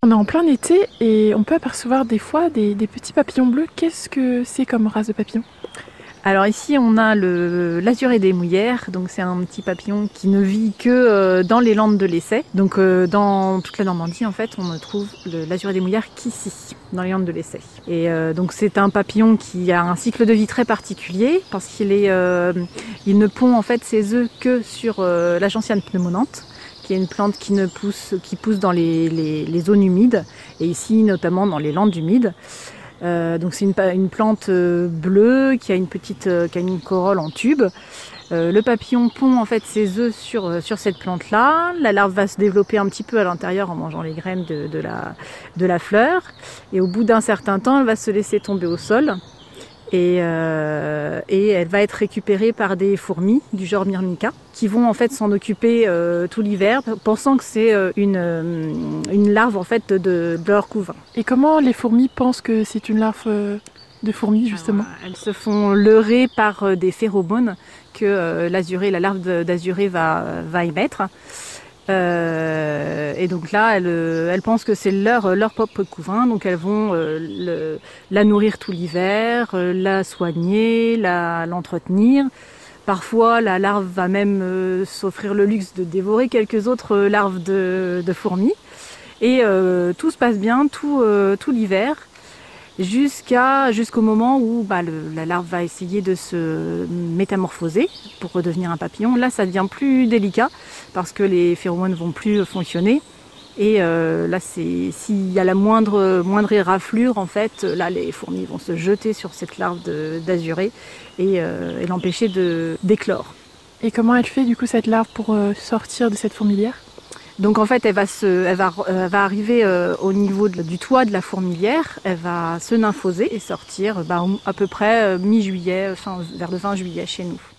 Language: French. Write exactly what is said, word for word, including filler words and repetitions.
On est en plein été et on peut apercevoir des fois des, des petits papillons bleus. Qu'est-ce que c'est comme race de papillon? Alors ici on a le l'azuré des Mouillères, donc c'est un petit papillon qui ne vit que euh, dans les landes de l'Essai. Donc euh, dans toute la Normandie en fait on ne trouve le- l'azuré des Mouillères qu'ici, dans les landes de l'Essai. Et euh, donc c'est un papillon qui a un cycle de vie très particulier parce qu'il est, euh, il ne pond en fait ses œufs que sur euh, la gentiane pneumonnante, qui est une plante qui ne pousse, qui pousse dans les, les, les zones humides et ici notamment dans les landes humides. Euh, donc c'est une, une plante euh, bleue qui a une petite, euh, qui a une corolle en tube. Euh, le papillon pond en fait ses œufs sur, euh, sur cette plante-là. La larve va se développer un petit peu à l'intérieur en mangeant les graines de, de, la, de la fleur. Et au bout d'un certain temps, elle va se laisser tomber au sol. Et, euh, et elle va être récupérée par des fourmis du genre Myrmica qui vont en fait s'en occuper euh, tout l'hiver, pensant que c'est euh, une, euh, une larve en fait de, de leur couvain. Et comment les fourmis pensent que c'est une larve euh, de fourmi justement? Alors, elles se font leurrer par euh, des phéromones que euh, l'azuré, la larve de- d'azuré va, va émettre. Euh, et donc là, elles, euh, elles pensent que c'est leur, leur propre couvain, donc elles vont euh, le- la nourrir tout l'hiver, euh, la soigner, la, l'entretenir. Parfois, la larve va même euh, s'offrir le luxe de dévorer quelques autres larves de, de fourmis. Et euh, tout se passe bien tout, euh, tout l'hiver, jusqu'à jusqu'au moment où bah, le, la larve va essayer de se métamorphoser pour redevenir un papillon. Là, ça devient plus délicat parce que les phéromones vont plus fonctionner. Et euh, là, c'est s'il y a la moindre moindre éraflure, en fait, là, les fourmis vont se jeter sur cette larve de- d'azuré et, euh, et l'empêcher de d'éclore. Et comment elle fait du coup cette larve pour euh, sortir de cette fourmilière? Donc en fait, elle va, se, elle va, elle va arriver euh, au niveau de- du toit de la fourmilière, elle va se nymphoser et sortir bah, à peu près euh, mi-juillet, fin, vers le vingt juillet chez nous.